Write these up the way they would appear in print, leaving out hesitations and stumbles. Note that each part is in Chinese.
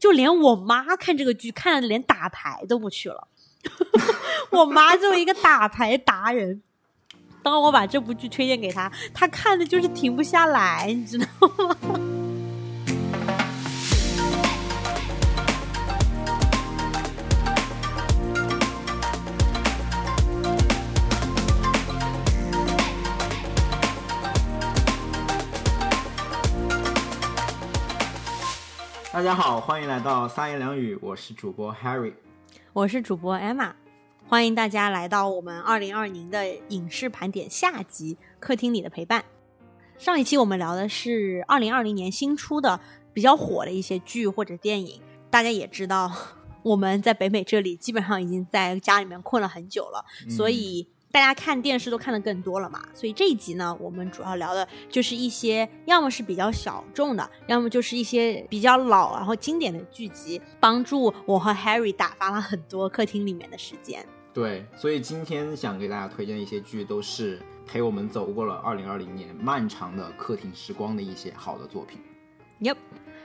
就连我妈看这个剧看的连打牌都不去了。我妈作为一个打牌达人，当我把这部剧推荐给她，她看的就是停不下来，你知道吗？ 大家好，欢迎来到三言两语，我是主播 Harry， 我是主播 Emma， 欢迎大家来到我们2020的影视盘点下集客厅里的陪伴。上一期我们聊的是2020年新出的比较火的一些剧或者电影，大家也知道我们在北美这里基本上已经在家里面困了很久了，所以大家看电视都看得更多了嘛，所以这一集呢，我们主要聊的就是一些要么是比较小众的，要么就是一些比较老然后经典的剧集，帮助我和 Harry 打发了很多客厅里面的时间。 对，所以今天想给大家推荐的一些剧都是陪我们走过了2020年漫长的客厅时光的一些好的作品。 Yep。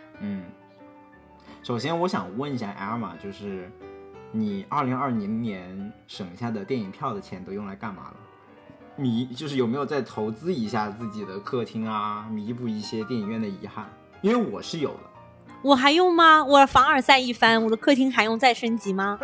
首先我想问一下 Emma， 就是你2020年省下的电影票的钱都用来干嘛了？你就是有没有再投资一下自己的客厅啊，弥补一些电影院的遗憾？因为我是有的。 我还用吗？我凡尔赛一番，我的客厅还用再升级吗？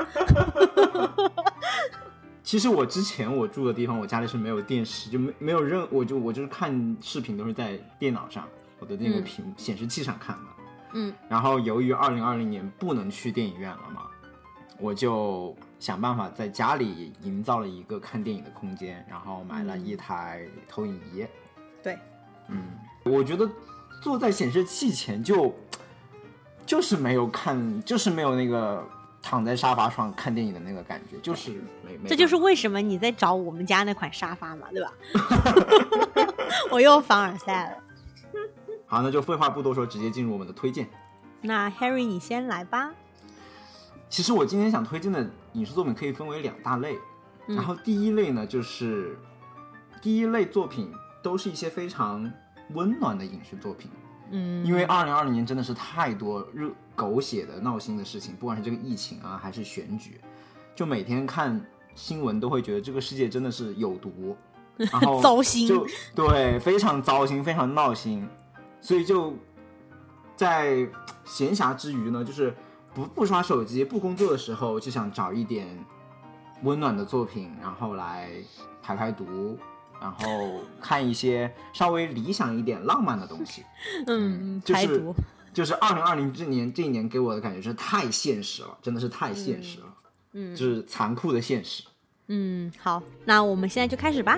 其实我之前我住的地方，我家里是没有电视，就没有我就是看视频都是在电脑上，我的那个显示器上看的。然后由于2020年不能去电影院了嘛，我就想办法在家里营造了一个看电影的空间，然后买了一台投影仪。 对， 我觉得坐在显示器前就是没有那个躺在沙发上看电影的那个感觉，就是没。 这就是为什么你在找我们家那款沙发嘛，对吧？我又凡尔赛了。 好，那就废话不多说，直接进入我们的推荐。 那 Harry 你先来吧。 其实我今天想推荐的影视作品可以分为两大类，然后第一类呢，就是第一类作品都是一些非常温暖的影视作品。因为2020年真的是太多狗血的闹心的事情，不管是这个疫情啊，还是选举，就每天看新闻都会觉得这个世界真的是有毒，然后糟心， 对，非常糟心，非常闹心。所以就在闲暇之余呢，就是不刷手机，不工作的时候，就想找一点温暖的作品，然后来排毒，然后看一些稍微理想一点浪漫的东西。 排毒就是2020这一年给我的感觉是太现实了，真的是太现实了。就是残酷的现实。 好，那我们现在就开始吧。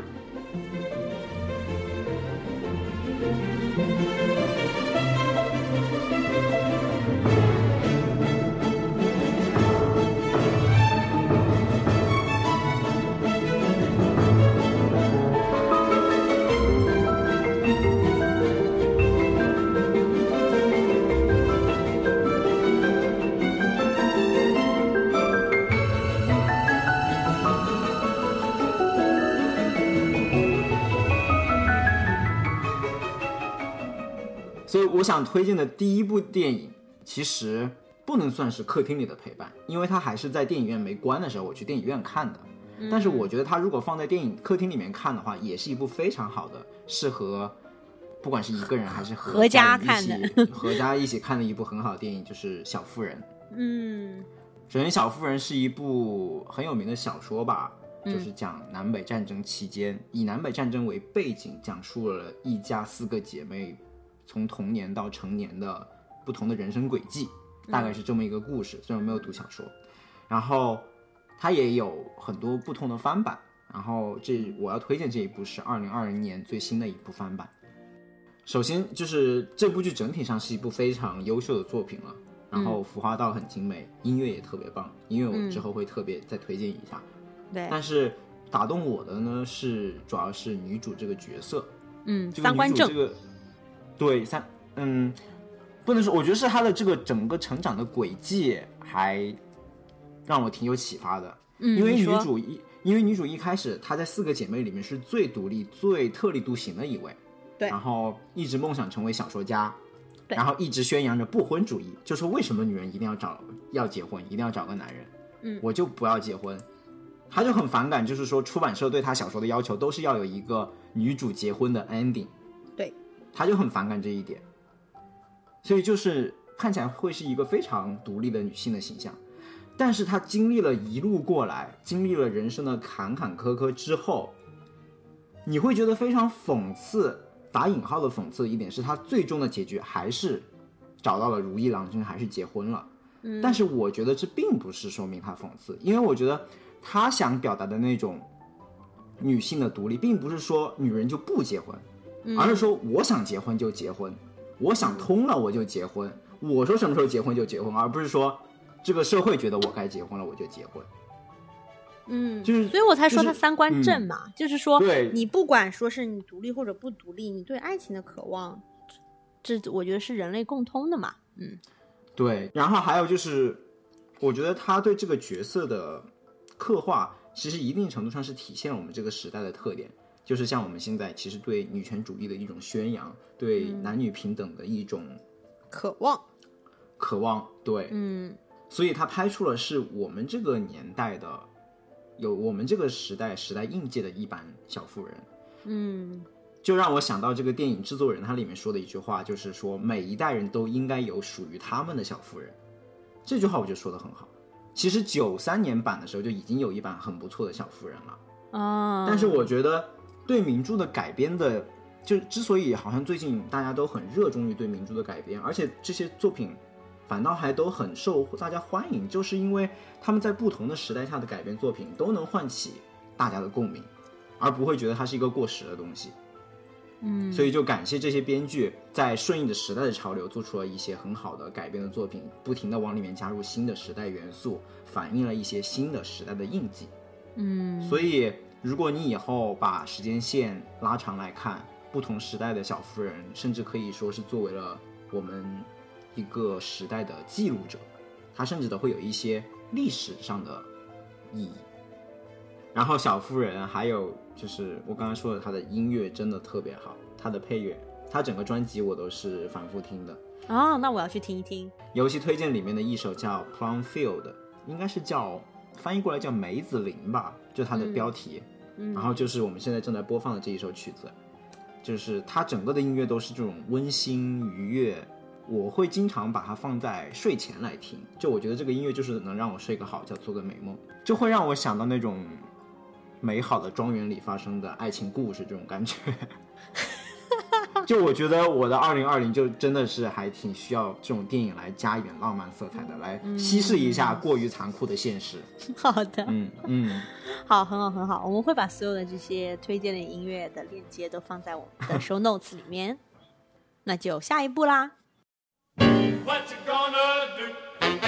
所以我想推荐的第一部电影其实不能算是客厅里的陪伴，因为它还是在电影院没关的时候我去电影院看的。但是我觉得它如果放在客厅里面看的话，也是一部非常好的适合不管是一个人还是合家看的合家一起看的一部很好的电影，就是《小妇人》。首先《小妇人》是一部很有名的小说吧，就是讲南北战争期间，以南北战争为背景，讲述了一家4个姐妹从童年到成年的不同的人生轨迹，大概是这么一个故事。虽然我没有读小说，然后它也有很多不同的翻版，然后我要推荐这一部是2020年最新的一部翻版。首先就是这部剧整体上是一部非常优秀的作品了，然后服化道很精美，音乐也特别棒，音乐我之后会特别再推荐一下。对，但是打动我的呢主要是女主这个角色。 三观正。 对，不能说，我觉得是她的这个整个成长的轨迹还让我挺有启发的。因为女主一开始她在4个姐妹里面是最独立最特立独行的一位，对，然后一直梦想成为小说家， 然后一直宣扬着不婚主义，就说为什么女人一定要结婚，一定要找个男人，我就不要结婚。他就很反感，就是说出版社对他小说的要求都是要有一个女主结婚的 ending， 对， 他就很反感这一点，所以就是看起来会是一个非常独立的女性的形象。但是她经历了一路过来，经历了人生的坎坎坷坷之后，你会觉得非常讽刺，打引号的讽刺一点是，她最终的结局还是找到了如意郎君，还是结婚了。但是我觉得这并不是说明她讽刺，因为我觉得她想表达的那种女性的独立，并不是说女人就不结婚，而是说我想结婚就结婚，我想通了我就结婚，我说什么时候结婚就结婚，而不是说这个社会觉得我该结婚了我就结婚。就是所以我才说他三观正嘛，就是说对， 你不管说是你独立或者不独立，你对爱情的渴望，这我觉得是人类共通的嘛。 对。然后还有就是我觉得他对这个角色的刻画其实一定程度上是体现了我们这个时代的特点，就是像我们现在其实对女权主义的一种宣扬，对男女平等的一种渴望， 对，所以他拍出了是我们这个年代的，有我们这个时代应届的一般小妇人。就让我想到这个电影制作人他里面说的一句话，就是说每一代人都应该有属于他们的小妇人。这句话我觉得说得很好。其实93年版的时候就已经有一版很不错的小妇人了，但是我觉得对名著的改编的，就之所以好像最近大家都很热衷于对名著的改编，而且这些作品反倒还都很受大家欢迎，就是因为他们在不同的时代下的改编作品都能唤起大家的共鸣，而不会觉得它是一个过时的东西。所以就感谢这些编剧在顺应着时代的潮流，做出了一些很好的改编的作品，不停地往里面加入新的时代元素，反映了一些新的时代的印记。所以如果你以后把时间线拉长来看，不同时代的小妇人甚至可以说是作为了我们一个时代的记录者，它甚至都会有一些历史上的意义。然后小妇人还有就是我刚才说的，她的音乐真的特别好，她的配乐，她整个专辑我都是反复听的。 那我要去听一听。 尤其推荐里面的一首叫 Plumfield， 应该是翻译过来叫梅子林吧，就它的标题。然后就是我们现在正在播放的这一首曲子，就是它整个的音乐都是这种温馨愉悦，我会经常把它放在睡前来听，就我觉得这个音乐就是能让我睡个好觉，做个美梦，就会让我想到那种美好的庄园里发生的爱情故事这种感觉。就我觉得我的2020就真的是还挺需要这种电影来加一点浪漫色彩的，来稀释一下过于残酷的现实。 好的，好，很好很好，我们会把所有的这些推荐的音乐的链接都放在我们的 show notes 里面。那就下一步啦。What you gonna do?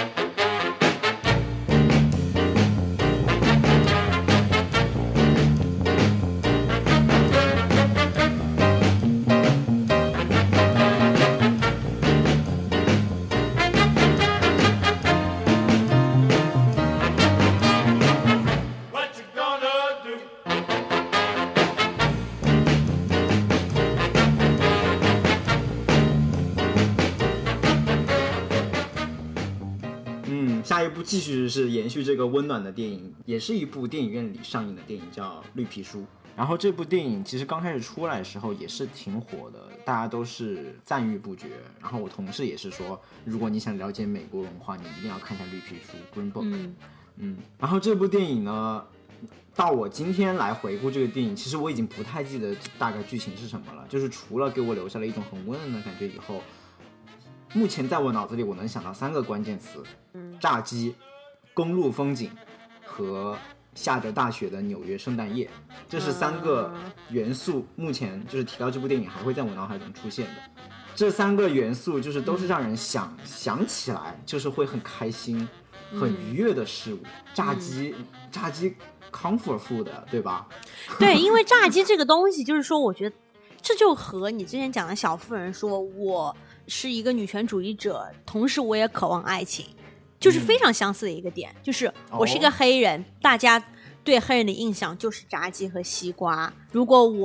下一部继续是延续这个温暖的电影，也是一部电影院里上映的电影，叫《绿皮书》。然后这部电影其实刚开始出来的时候也是挺火的，大家都是赞誉不绝。然后我同事也是说，如果你想了解美国文化，你一定要看一下《绿皮书》（Green Book）。然后这部电影呢，到我今天来回顾这个电影，其实我已经不太记得大概剧情是什么了，就是除了给我留下了一种很温暖的感觉以后，目前在我脑子里我能想到3个关键词：炸鸡、公路风景和下着大雪的纽约圣诞夜。这是3个元素，目前就是提到这部电影还会在我脑海中出现的。这3个元素就是都是让人想起来就是会很开心、很愉悦的事物。炸鸡 comfort food， 对吧？ 对，因为炸鸡这个东西，就是说，我觉得这就和你之前讲的小妇人说，我是一个女权主义者，同时我也渴望爱情，就是非常相似的一个点。就是我是一个黑人，大家对黑人的印象就是炸鸡和西瓜。如果我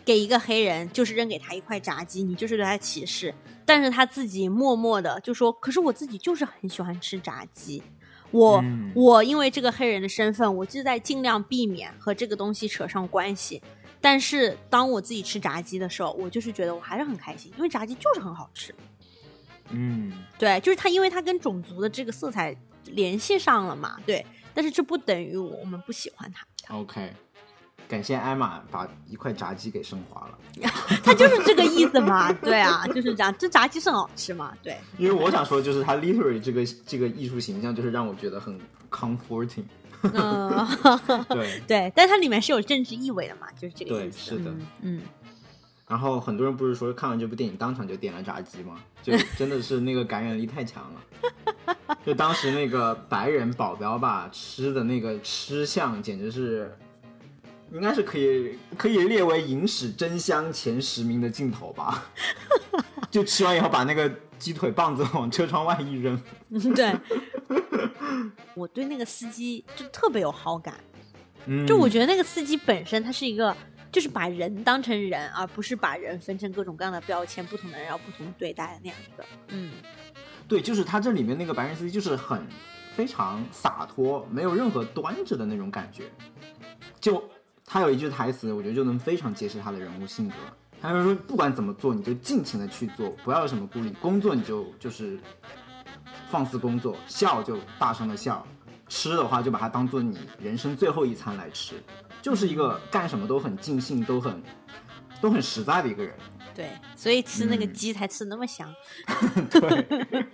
给一个黑人就是扔给他一块炸鸡，你就是对他歧视，但是他自己默默的就说，可是我自己就是很喜欢吃炸鸡，我因为这个黑人的身份，我就在尽量避免和这个东西扯上关系，但是当我自己吃炸鸡的时候，我就是觉得我还是很开心，因为炸鸡就是很好吃。对，就是他因为他跟种族的这个色彩联系上了嘛，对，但是这不等于我们不喜欢他。 OK， 感谢艾玛把一块炸鸡给升华了。 他就是这个意思嘛，对啊，就是这样，这炸鸡是很好吃嘛，对。 因为我想说，就是他 literally 这个艺术形象，就是让我觉得很 comforting。对对，但它里面是有政治意味的嘛，就是这个意思。 对，是的， 嗯。 然后很多人不是说看完这部电影当场就点了炸鸡吗？就真的是那个感染力太强了。就当时那个白人保镖吧吃的那个吃相，简直是应该是可以列为影史真香前10名的镜头吧。就吃完以后把那个鸡腿棒子往车窗外一扔。 对，我对那个司机就特别有好感。就我觉得那个司机本身他是一个就是把人当成人，而不是把人分成各种各样的标签，不同的人要不同对待的那样一个。 对，就是他这里面那个白人司机就是非常洒脱，没有任何端着的那种感觉。就他有一句台词，我觉得就能非常揭示他的人物性格。他就说，不管怎么做，你就尽情的去做，不要有什么顾虑。工作你就是放肆工作，笑就大声的笑，吃的话就把它当做你人生最后一餐来吃，就是一个干什么都很尽兴，都很实在的一个人。 对，所以吃那个鸡才吃那么香。 对。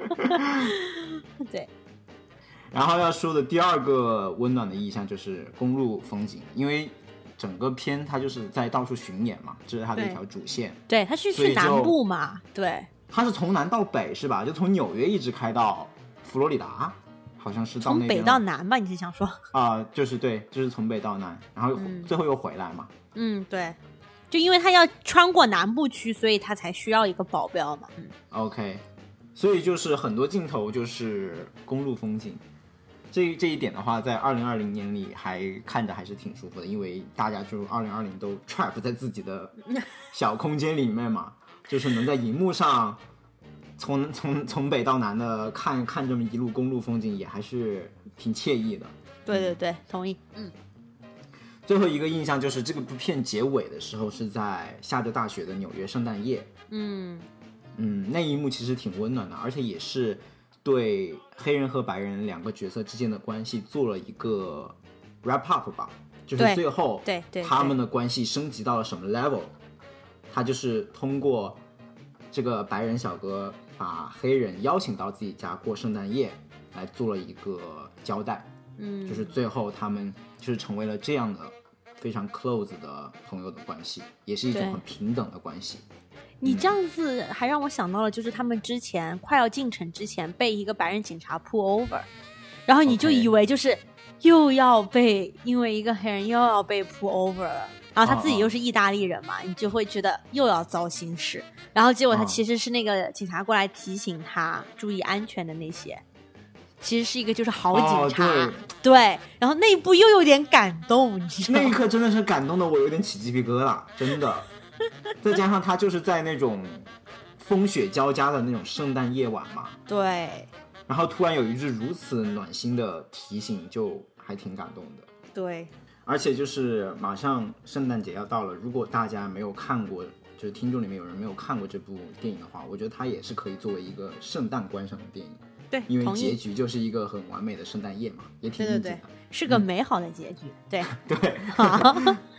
对。 然后要说的第二个温暖的意象就是公路风景，因为整个片它就是在到处巡演嘛，这是它的一条主线。 对，它是去南部嘛，对， 它是从南到北是吧？就从纽约一直开到佛罗里达，好像是到那边。 从北到南吧？你是想说？ 就是对，就是从北到南，然后最后又回来嘛。 对，就因为他要穿过南部区，所以他才需要一个保镖嘛。 OK， 所以就是很多镜头就是公路风景。这一点的话，在2020年里看着还是挺舒服的，因为大家就2020都 trap 在自己的小空间里面嘛，就是能在荧幕上从北到南的看这么一路公路风景，也还是挺惬意的。 对，同意。 最后一个印象就是这个部片结尾的时候是在下着大雪的纽约圣诞夜。那一幕其实挺温暖的，而且也是对黑人和白人两个角色之间的关系做了一个 wrap up 吧，就是最后他们的关系升级到了什么 level， 他就是通过这个白人小哥把黑人邀请到自己家过圣诞夜来做了一个交代。就是最后他们就是成为了这样的非常 close 的朋友的关系，也是一种很平等的关系。 你这样子还让我想到了，就是他们之前快要进城之前被一个白人警察 pull over， 然后你就以为就是又要被因为一个黑人又要被 pull over 了，然后他自己又是意大利人嘛，你就会觉得又要糟心事，然后结果他其实是那个警察过来提醒他注意安全的那些，其实是一个就是好警察。对，然后那一部又有点感动，你知道吗？ 那一刻真的是感动的我有点起鸡皮疙瘩，真的。再加上他就是在那种风雪交加的那种圣诞夜晚嘛， 对， 然后突然有一句如此暖心的提醒，就还挺感动的。 对， 而且就是马上圣诞节要到了，如果大家没有看过，就是听众里面有人没有看过这部电影的话，我觉得它也是可以作为一个圣诞观赏的电影。 对， 因为结局就是一个很完美的圣诞夜嘛，也挺应景的。 对，是个美好的结局。对对。 好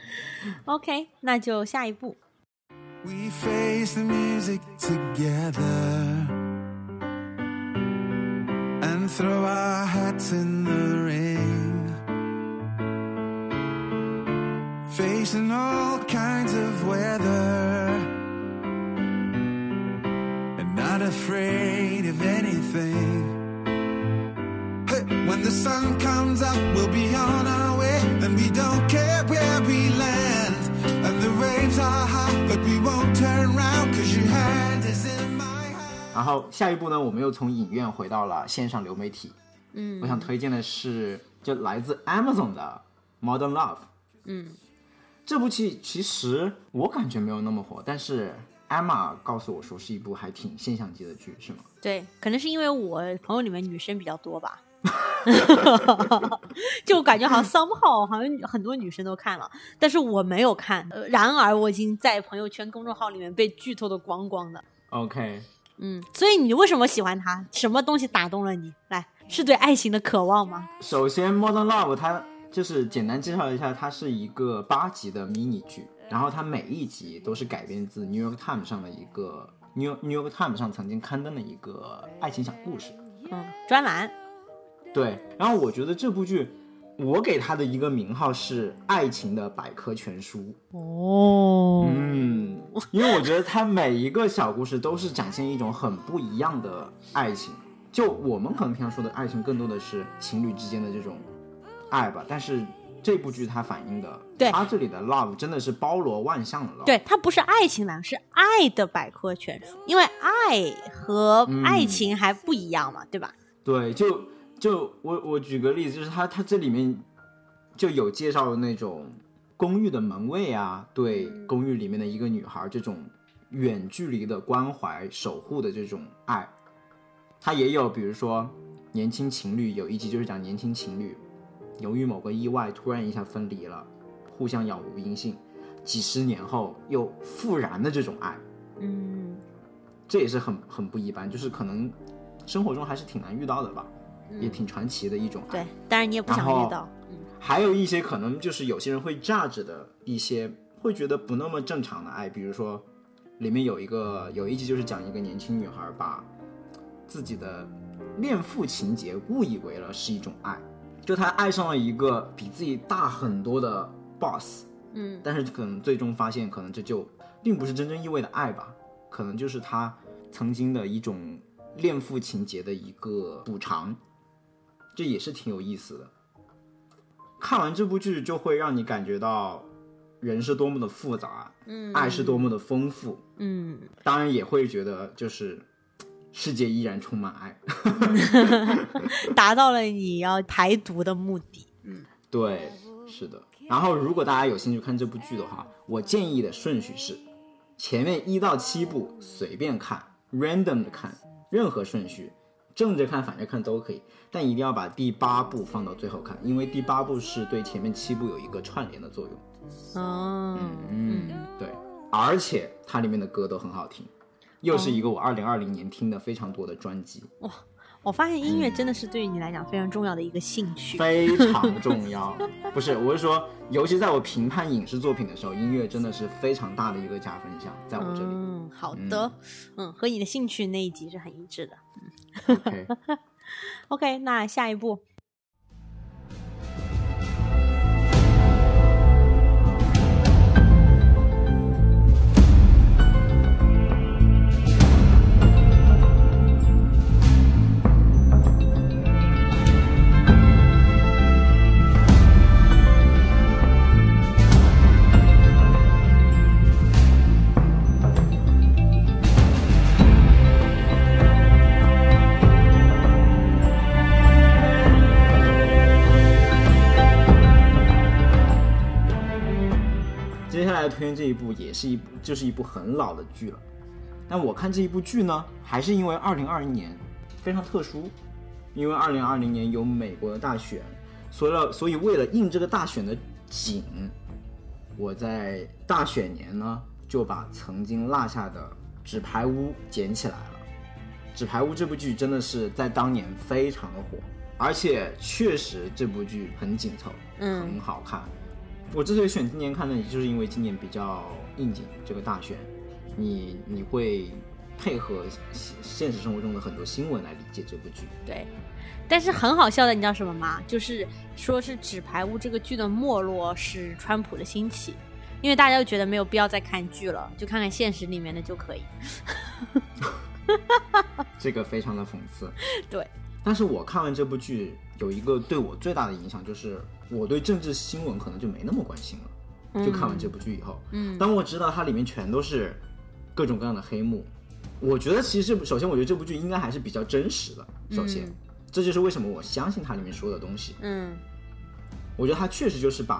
OK， 那就下一步。 We face the music together and throw our hats in the ring, facing all kinds of weather and not afraid of anything. Hey, when the sun comes up, we'll be on our way, and we don't care where we land, and the waves are high, but we won't turn around, 'cause your hand is in my hand. 然后下一步呢，我们又从影院回到了线上流媒体。我想推荐的是就来自 Amazon 的 Modern Love。 这部剧其实我感觉没有那么火，但是 Emma 告诉我说是一部还挺现象级的剧，是吗？ 对，可能是因为我朋友里面女生比较多吧。就感觉好像 somehow 好像很多女生都看了，但是我没有看。然而我已经在朋友圈公众号里面被剧透的光光的。 OK， 所以你为什么喜欢它？什么东西打动了你？来，是对爱情的渴望吗？ 首先 Modern Love 它就是简单介绍一下，它是一个8集的迷你剧，然后它每一集都是改编自 New York Times 上的一个 New York Times 上曾经刊登的一个爱情小故事， 专栏。 对，然后我觉得这部剧我给它的一个名号是爱情的百科全书。因为我觉得它每一个小故事都是展现一种很不一样的爱情，就我们可能平常说的爱情更多的是情侣之间的这种爱吧，但是这部剧它反映的， 对， 它这里的 love 真的是包罗万象的 love。 对，它不是爱情栏，是爱的百科全书，因为爱和爱情还不一样嘛，对吧？ 对，就我举个例子，就是它这里面就有介绍那种公寓的门卫啊，对公寓里面的一个女孩这种远距离的关怀守护的这种爱。它也有比如说年轻情侣，有一集就是讲年轻情侣由于某个意外突然一下分离了，互相杳无音信，几十年后又复燃的这种爱。这也是很不一般，就是可能生活中还是挺难遇到的吧，也挺传奇的一种爱。 对，当然你也不想遇到。 还有一些可能就是有些人会judge的一些会觉得不那么正常的爱，比如说里面有一集就是讲一个年轻女孩把自己的恋父情节误以为了是一种爱，就她爱上了一个比自己大很多的 boss，但是可能最终发现可能这就并不是真正意味的爱吧，可能就是她曾经的一种恋父情节的一个补偿，这也是挺有意思的。看完这部剧就会让你感觉到人是多么的复杂，爱是多么的丰富，当然也会觉得就是世界依然充满爱， 达到了你要排毒的目的。 对，是的。然后如果大家有兴趣看这部剧的话，我建议的顺序是前面1到7部随便看 random 的看，任何顺序正着看反着看都可以，但一定要把第8部放到最后看，因为第8部是对前面7部有一个串联的作用。对，而且它里面的歌都很好听，又是一个我2020年听的非常多的专辑。 哇，我发现音乐真的是对于你来讲非常重要的一个兴趣。 非常重要。不是，我是说尤其在我评判影视作品的时候，音乐真的是非常大的一个加分项在我这里。 好的，和你的兴趣那一集是很一致的。OK， 那下一步。 接下来推荐这一部也是一部很老的剧了，但我看这一部剧呢，还是因为2020年非常特殊，因为2020年有美国的大选，所以为了应这个大选的景，我在大选年呢就把曾经落下的纸牌屋捡起来了。纸牌屋这部剧真的是在当年非常的火，而且确实这部剧很紧凑，很好看。我之所以选今年看呢，就是因为今年比较应景这个大选，你会配合现实生活中的很多新闻来理解这部剧。 对，但是很好笑的，你知道什么吗？就是说是纸牌屋这个剧的没落是川普的兴起，因为大家都觉得没有必要再看剧了，就看看现实里面的就可以。 这个非常的讽刺。 对， 但是我看完这部剧有一个对我最大的影响，就是我对政治新闻可能就没那么关心了。就看完这部剧以后，当我知道它里面全都是各种各样的黑幕，我觉得其实首先我觉得这部剧应该还是比较真实的。首先，这就是为什么我相信它里面说的东西。我觉得它确实就是把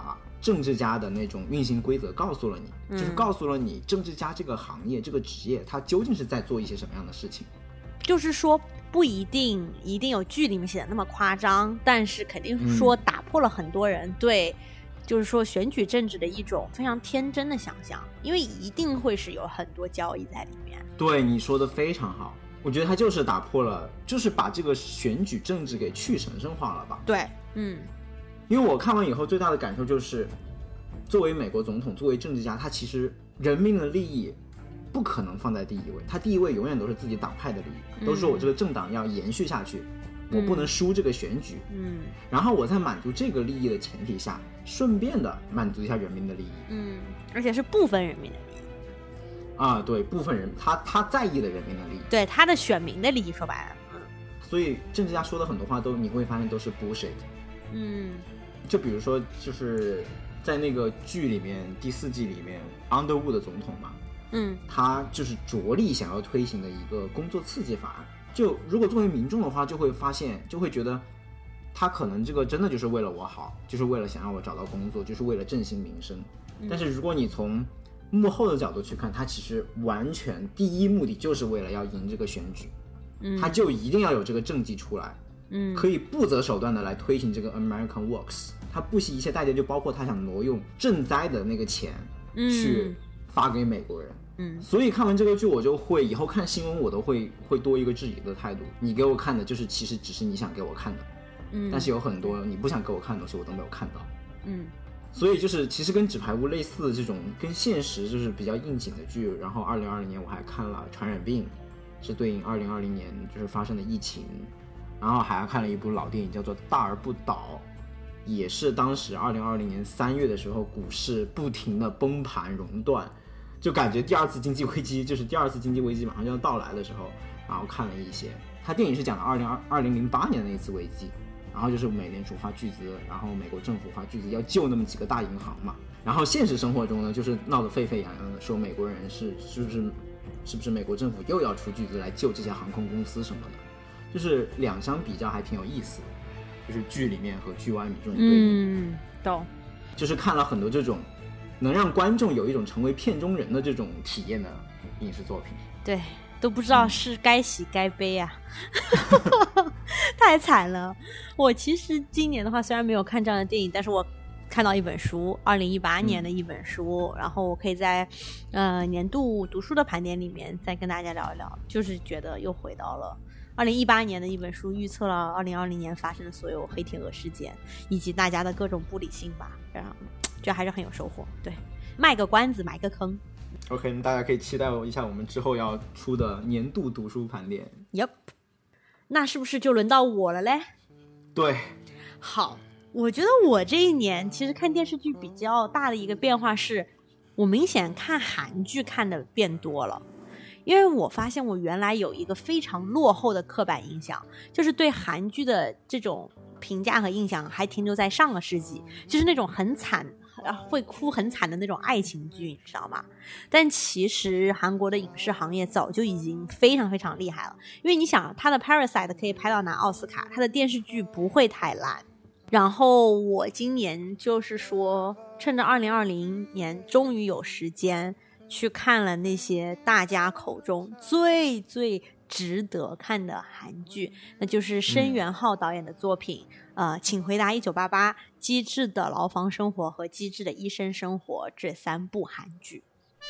政治家的那种运行规则告诉了你，就是告诉了你政治家这个行业这个职业它究竟是在做一些什么样的事情。 就是说不一定有剧里面写的那么夸张，但是肯定说打破了很多人对就是说选举政治的一种非常天真的想象，因为一定会是有很多交易在里面。 对，你说的非常好，我觉得他就是打破了，就是把这个选举政治给去神圣化了吧。 对， 因为我看完以后最大的感受就是，作为美国总统，作为政治家，他其实人民的利益不可能放在第一位，他第一位永远都是自己党派的利益，都是我这个政党要延续下去，我不能输这个选举，然后我在满足这个利益的前提下，顺便的满足一下人民的利益， 而且是部分人民的利益啊，对，部分人他在意的人民的利益， 对他的选民的利益，说白了， 所以政治家说的很多话都你会发现都是 bullshit，就比如说就是在那个剧里面第4季里面 Underwood 的总统嘛，他就是着力想要推行的一个工作刺激法案。就如果作为民众的话，就会发现，就会觉得他可能这个真的就是为了我好，就是为了想让我找到工作，就是为了振兴民生。但是如果你从幕后的角度去看，他其实完全第一目的就是为了要赢这个选举，他就一定要有这个政绩出来，可以不择手段的来推行这个 American Works， 他不惜一切代价，就包括他想挪用赈灾的那个钱去发给美国人。所以看完这个剧，我就会以后看新闻我都会多一个质疑的态度。你给我看的就是其实只是你想给我看的，但是有很多你不想给我看的东西我都没有看到。所以就是其实跟纸牌屋类似的这种跟现实就是比较应景的剧。然后2020年我还看了传染病，是对应2020年就是发生的疫情。然后还看了一部老电影叫做大而不倒，也是当时2020年3月的时候股市不停的崩盘熔断，就感觉第二次经济危机马上就要到来的时候，然后看了一些。他电影是讲了2008年的一次危机，然后就是美联储花巨资，然后美国政府花巨资要救那么几个大银行嘛。然后现实生活中呢，就是闹得沸沸扬扬的，说美国人是不是美国政府又要出巨资来救这些航空公司什么的，就是两相比较还挺有意思的，就是剧里面和剧外面这种对比。 懂。 就是看了很多这种能让观众有一种成为片中人的这种体验的影视作品。 对，都不知道是该喜该悲啊太惨了。我其实今年的话虽然没有看这样的电影，但是我看到一本书，2018年的一本书，然后我可以在年度读书的盘点里面再跟大家聊一聊，就是觉得又回到了2018年的一本书，预测了2020年发生的所有黑天鹅事件以及大家的各种不理性吧，然后这还是很有收获。对，卖个关子埋个坑。 OK， 大家可以期待一下我们之后要出的年度读书盘点。 Yep， 那是不是就轮到我了嘞？ 对， 好，我觉得我这一年其实看电视剧比较大的一个变化是，我明显看韩剧看的变多了。因为我发现我原来有一个非常落后的刻板印象，就是对韩剧的这种评价和印象还停留在上个世纪，就是那种很惨会哭很惨的那种爱情剧，你知道吗？但其实韩国的影视行业早就已经非常非常厉害了，因为你想他的 Parasite 可以拍到拿奥斯卡，他的电视剧不会太烂。然后我今年就是说趁着2020年终于有时间去看了那些大家口中最最值得看的韩剧，那就是申元浩导演的作品请回答1988、机智的牢房生活和机智的医生生活这3部韩剧。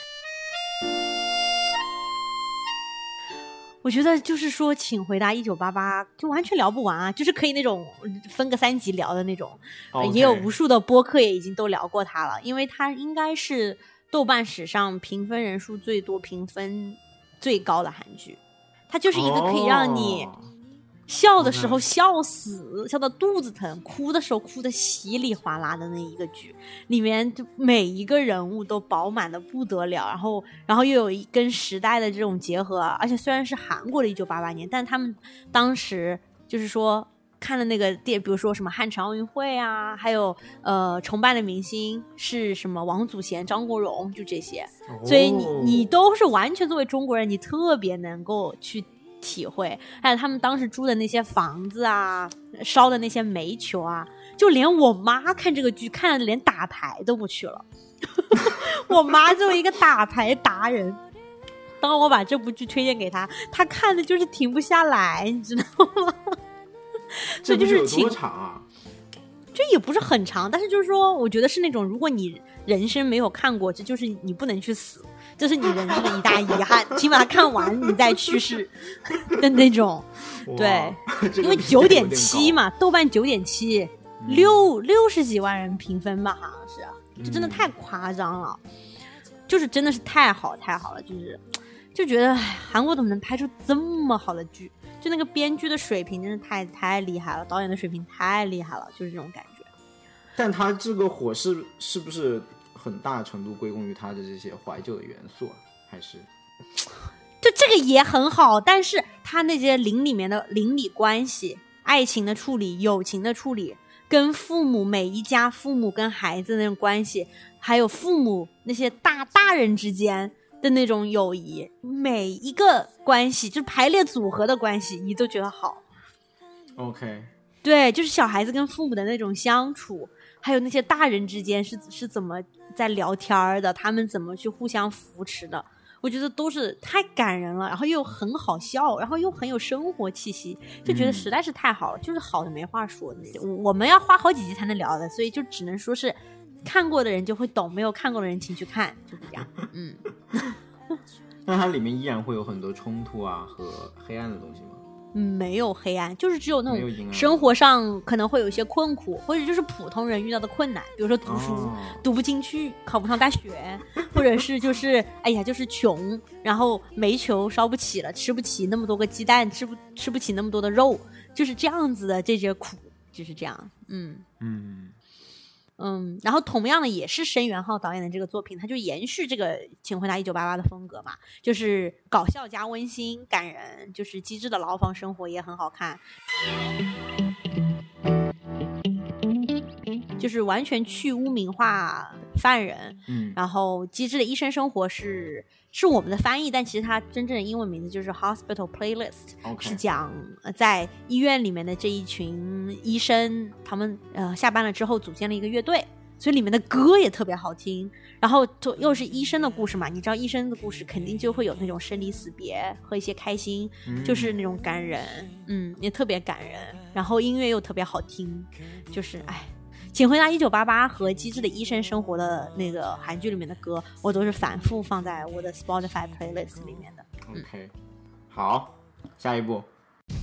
我觉得就是说请回答1988就完全聊不完啊，就是可以那种分个3集聊的那种。也有无数的播客也已经都聊过它了，因为它应该是豆瓣史上评分人数最多、评分最高的韩剧。它就是一个可以让你笑的时候笑死，笑到肚子疼，哭的时候哭得稀里哗啦的那一个剧，里面每一个人物都饱满的不得了，然后又有跟时代的这种结合，而且虽然是韩国的1988年，但他们当时就是说看了那个比如说什么汉城奥运会啊，还有崇拜的明星是什么王祖贤、张国荣，就这些，所以你都是完全作为中国人，你特别能够去体会。还有他们当时住的那些房子啊，烧的那些煤球啊，就连我妈看这个剧看的连打牌都不去了。我妈作为一个打牌达人，当我把这部剧推荐给她，她看的就是停不下来，你知道吗？ 这部剧有多长啊？ 这也不是很长，但是就是说我觉得是那种如果你人生没有看过，这就是你不能去死，这是你人生的一大遗憾，请把它看完你再去世的那种。对，因为9.7嘛，豆瓣9.7， 60几万人评分吧，好像是，这真的太夸张了，就是真的是太好了，就觉得韩国怎么能拍出这么好的剧，就那个编剧的水平真是太厉害了，导演的水平太厉害了，就是这种感觉。 但他这个火是不是很大程度归功于他的这些怀旧的元素啊？还是就这个也很好，但是他那些里面的邻里关系、爱情的处理、友情的处理，跟父母每一家父母跟孩子那种关系，还有父母那些大人之间的那种友谊，每一个关系就排列组合的关系你都觉得好。 OK， 对，就是小孩子跟父母的那种相处，还有那些大人之间是怎么在聊天的，他们怎么去互相扶持的，我觉得都是太感人了，然后又很好笑，然后又很有生活气息，就觉得实在是太好了，就是好的没话说的。我们要花好几集才能聊的，所以就只能说是看过的人就会懂，没有看过的人请去看，就是这样。 那它里面依然会有很多冲突啊和黑暗的东西吗？ 没有黑暗，就是只有那种生活上可能会有一些困苦，或者就是普通人遇到的困难，比如说读书、读不进去，考不上大学，或者是就是哎呀就是穷，然后煤球烧不起了，吃不起那么多个鸡蛋，吃不起那么多的肉，就是这样子的这些苦，就是这样。然后同样的也是申元浩导演的这个作品，他就延续这个请回答1988的风格嘛，就是搞笑加温馨感人，就是机智的牢房生活也很好看，就是完全去污名化犯人。然后机智的医生生活是我们的翻译，但其实它真正的英文名字就是 Hospital Playlist， 是讲在医院里面的这一群医生，他们下班了之后组建了一个乐队，所以里面的歌也特别好听，然后又是医生的故事嘛，你知道医生的故事肯定就会有那种生离死别和一些开心，就是那种感人，也特别感人，然后音乐又特别好听，就是请回答1988和机智的医生生活的那个韩剧里面的歌，我都是反复放在我的 Spotify playlist 里面的。 OK， 好，下一步。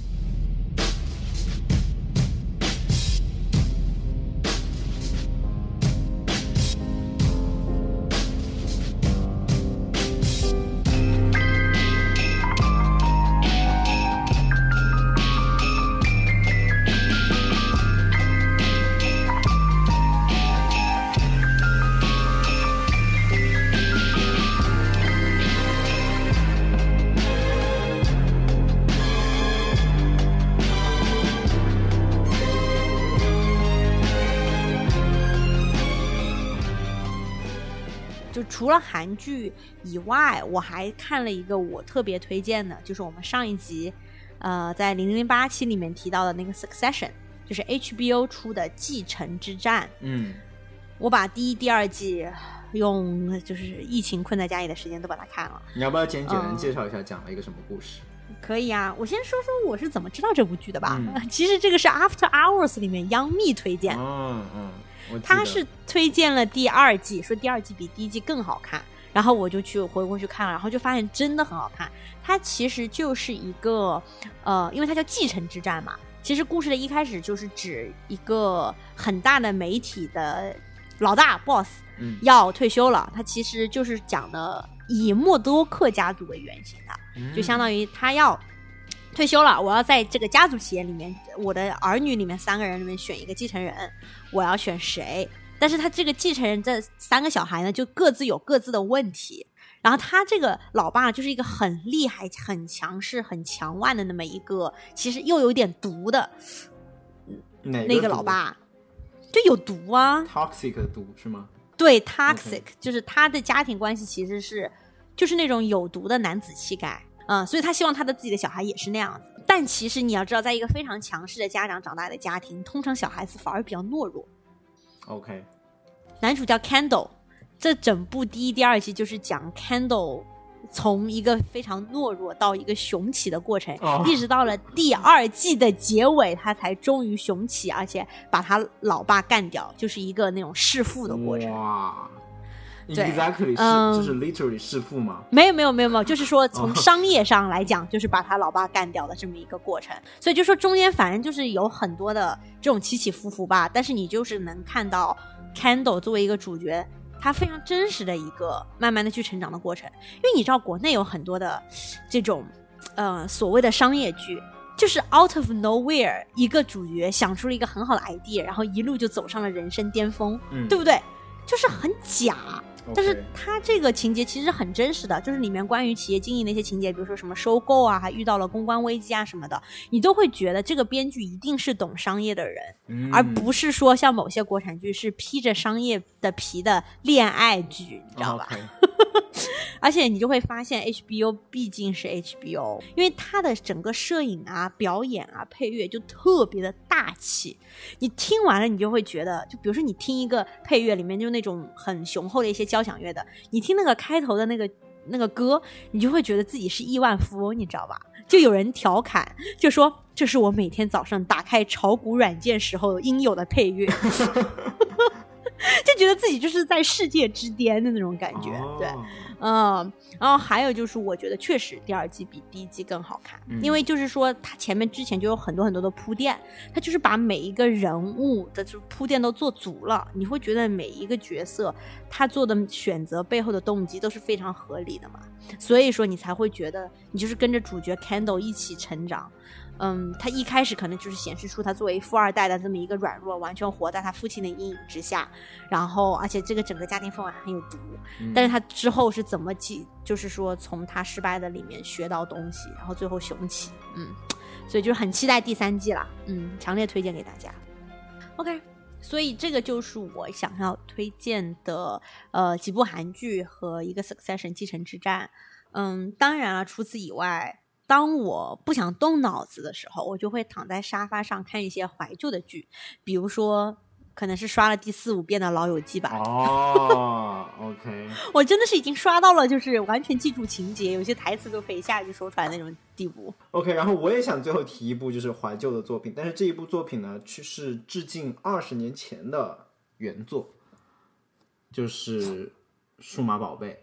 除了韩剧以外，我还看了一个我特别推荐的，就是我们上一集在0008期里面提到的那个 Succession， 就是 HBO 出的继承之战。我把第1、第2季用就是疫情困在家里的时间都把它看了。 你要不要简单介绍一下讲了一个什么故事？ 可以啊，我先说说我是怎么知道这部剧的吧。其实这个是 After Hours 里面央蜜推荐的。他是推荐了第2季，说第2季比第1季更好看，然后我就回过去看了，然后就发现真的很好看。它其实就是一个因为它叫继承之战嘛，其实故事的一开始就是指一个很大的媒体的老大 boss 要退休了，他其实就是讲的以默多克家族为原型的，就相当于他要退休了，我要在这个家族企业里面，我的儿女里面3个人里面选一个继承人，我要选谁？但是他这个继承人这3个小孩呢，就各自有各自的问题。然后他这个老爸就是一个很厉害、很强势、很强悍的那么一个，其实又有点毒的那个老爸，就有毒啊 ，toxic 的毒是吗？ 对 ，toxic， 就是他的家庭关系其实是就是那种有毒的男子气概。 所以他希望他的自己的小孩也是那样子。但其实你要知道，在一个非常强势的家长长大的家庭，通常小孩子反而比较懦弱。 OK， 男主叫 Kendall， 这整部第一、第二季就是讲 Kendall 从一个非常懦弱到一个雄起的过程，一直到了第二季的结尾，他才终于雄起，而且把他老爸干掉，就是一个那种弑父的过程。 哇 ，exactly 就是 literally 弑父吗？ 没有，就是说从商业上来讲，就是把他老爸干掉的这么一个过程。所以就说中间反正就是有很多的这种起起伏伏吧，但是你就是能看到 Kendall 作为一个主角，他非常真实的一个慢慢的去成长的过程。因为你知道国内有很多的这种所谓的商业剧，就是 out of nowhere 一个主角想出了一个很好的 idea， 然后一路就走上了人生巅峰，对不对？就是很假。但是他这个情节其实很真实的，就是里面关于企业经营的一些情节，比如说什么收购啊，还遇到了公关危机啊什么的，你都会觉得这个编剧一定是懂商业的人，而不是说像某些国产剧是披着商业的皮的恋爱剧，你知道吧？而且你就会发现 HBO 毕竟是 HBO， 因为它的整个摄影啊、表演啊、配乐就特别的大气，你听完了你就会觉得，就比如说你听一个配乐里面就那种很雄厚的一些交响乐的，你听那个开头的那个歌，你就会觉得自己是亿万富翁，你知道吧？就有人调侃，就说这是我每天早上打开炒股软件时候应有的配乐。就觉得自己就是在世界之巅的那种感觉，对，然后还有就是我觉得确实第二季比第一季更好看，因为就是说它前面之前就有很多很多的铺垫，它就是把每一个人物的铺垫都做足了，你会觉得每一个角色他做的选择背后的动机都是非常合理的嘛，所以说你才会觉得你就是跟着主角 Kendall 一起成长。他一开始可能就是显示出他作为富二代的这么一个软弱，完全活在他父亲的阴影之下，然后而且这个整个家庭氛围很有毒，但是他之后是怎么就是说从他失败的里面学到东西，然后最后雄起，所以就是很期待第三季啦，强烈推荐给大家。 OK， 所以这个就是我想要推荐的几部韩剧和一个 Succession 继承之战。当然了，除此以外，当我不想动脑子的时候，我就会躺在沙发上看一些怀旧的剧，比如说可能是刷了第4、5遍的老友记吧。 OK， 我真的是已经刷到了就是完全记住情节，有些台词都可以一下就说出来那种地步。 OK， 然后我也想最后提一部就是怀旧的作品，但是这一部作品呢是致敬20年前的原作，就是数码宝贝。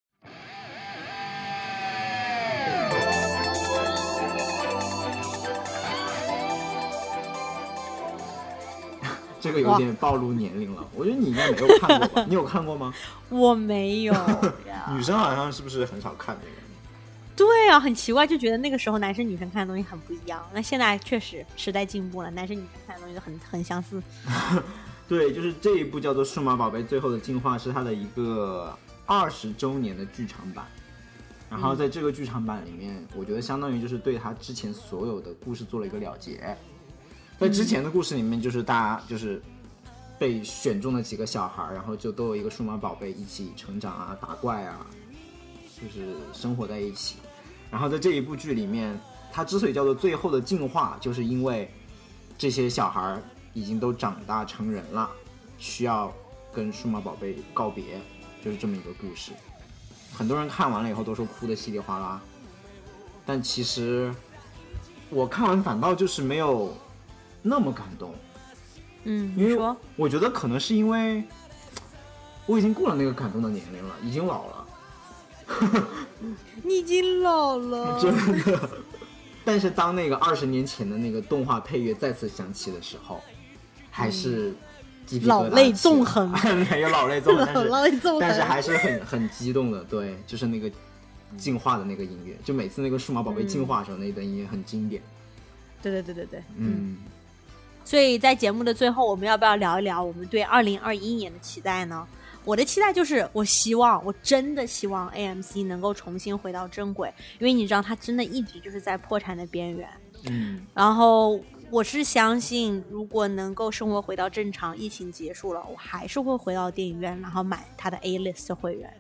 这个有点暴露年龄了，我觉得你应该没有看过吧？你有看过吗？ 我没有呀。 女生好像是不是很少看这个？ 对啊，很奇怪，就觉得那个时候男生女生看的东西很不一样。那现在确实时代进步了，男生女生看的东西都很相似。 对，就是这一部叫做《数码宝贝最后的进化》，是它的一个20周年的剧场版。然后在这个剧场版里面，我觉得相当于就是对他之前所有的故事做了一个了结。在之前的故事里面，就是大家就是被选中的几个小孩，然后就都有一个数码宝贝一起成长啊、打怪啊，就是生活在一起。然后在这一部剧里面，它之所以叫做最后的进化，就是因为这些小孩已经都长大成人了，需要跟数码宝贝告别，就是这么一个故事。很多人看完了以后都说哭得稀里哗啦，但其实我看完反倒就是没有那么感动。因为我觉得可能是因为我已经过了那个感动的年龄了，已经老了。 你已经老了， 真的。但是当那个20年前的那个动画配乐再次响起的时候，还是鸡皮疙瘩老泪纵横。 没有老泪纵横，但是还是很激动的。对，就是那个进化的那个音乐，就每次那个数码宝贝进化的时候，那一段音乐很经典。 对。所以在节目的最后，我们要不要聊一聊我们对2021年的期待呢？我的期待就是我真的希望 AMC 能够重新回到正轨，因为你知道它真的一直就是在破产的边缘。然后我是相信如果能够生活回到正常，疫情结束了，我还是会回到电影院，然后买它的 A-list 会员。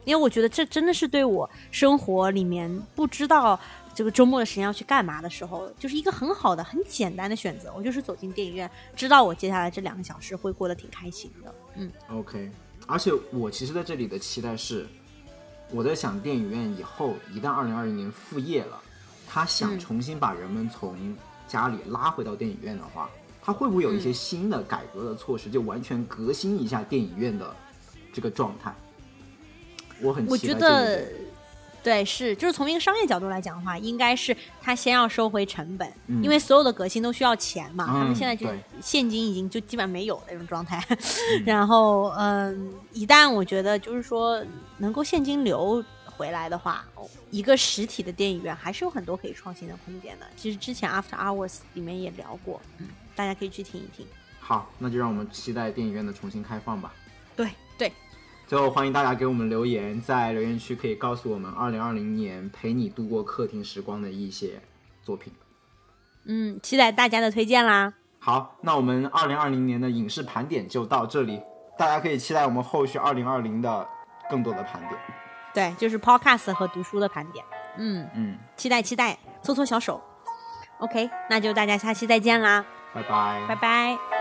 因为我觉得这真的是对我生活里面不知道这个周末的时间要去干嘛的时候，就是一个很好的很简单的选择。我就是走进电影院，知道我接下来这2个小时会过得挺开心的。 OK， 而且我其实在这里的期待是，我在想电影院以后一旦2020年复业了，他想重新把人们从家里拉回到电影院的话，他会不会有一些新的改革的措施，就完全革新一下电影院的这个状态？我很期待这个点。 对，就是从一个商业角度来讲的话，应该是他先要收回成本，因为所有的革新都需要钱嘛，他们现在就现金已经就基本没有的那种状态。然后一旦我觉得就是说能够现金流回来的话，一个实体的电影院还是有很多可以创新的空间的。其实之前 After Hours 里面也聊过，大家可以去听一听。 好，那就让我们期待电影院的重新开放吧。 对。 最后欢迎大家给我们留言，在留言区可以告诉我们2020年陪你度过客厅时光的一些作品。 期待大家的推荐啦。 好，那我们2020年的影视盘点就到这里，大家可以期待我们后续2020的更多的盘点。 对，就是 podcast 和读书的盘点。期待，搓搓小手。OK， 那就大家下期再见啦， 拜拜。 拜拜。